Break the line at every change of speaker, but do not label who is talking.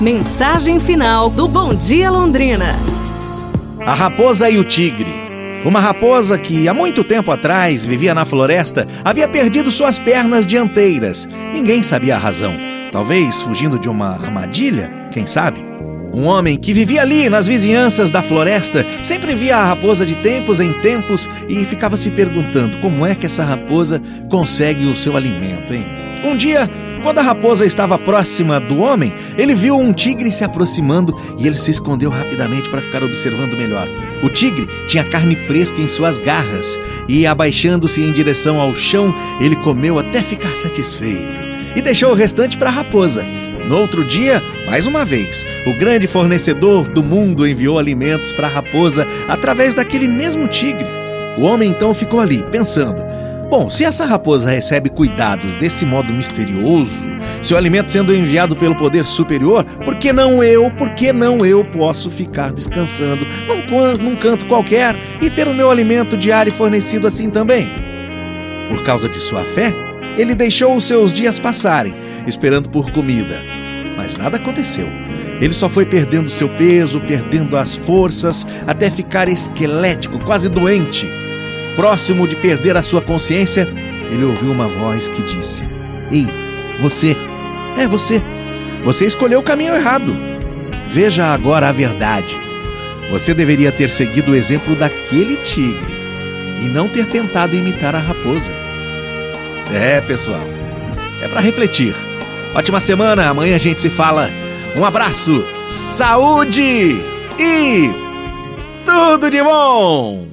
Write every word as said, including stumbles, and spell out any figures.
Mensagem final do Bom Dia Londrina.
A raposa e o tigre. Uma raposa que há muito tempo atrás vivia na floresta havia perdido suas pernas dianteiras. Ninguém sabia a razão. Talvez fugindo de uma armadilha, quem sabe? Um homem que vivia ali nas vizinhanças da floresta sempre via a raposa de tempos em tempos e ficava se perguntando como é que essa raposa consegue o seu alimento, hein? Um dia, quando a raposa estava próxima do homem, ele viu um tigre se aproximando e ele se escondeu rapidamente para ficar observando melhor. O tigre tinha carne fresca em suas garras e, abaixando-se em direção ao chão, ele comeu até ficar satisfeito e deixou o restante para a raposa. No outro dia, mais uma vez, o grande fornecedor do mundo enviou alimentos para a raposa através daquele mesmo tigre. O homem então ficou ali, pensando: bom, se essa raposa recebe cuidados desse modo misterioso, seu alimento sendo enviado pelo poder superior, por que não eu, por que não eu posso ficar descansando num, num canto qualquer e ter o meu alimento diário fornecido assim também? Por causa de sua fé, ele deixou os seus dias passarem, esperando por comida. Mas nada aconteceu. Ele só foi perdendo seu peso, perdendo as forças, até ficar esquelético, quase doente. Próximo de perder a sua consciência, ele ouviu uma voz que disse: ei, você, é você, você escolheu o caminho errado. Veja agora a verdade. Você deveria ter seguido o exemplo daquele tigre e não ter tentado imitar a raposa. É, pessoal, é para refletir. Ótima semana, amanhã a gente se fala. Um abraço, saúde e tudo de bom!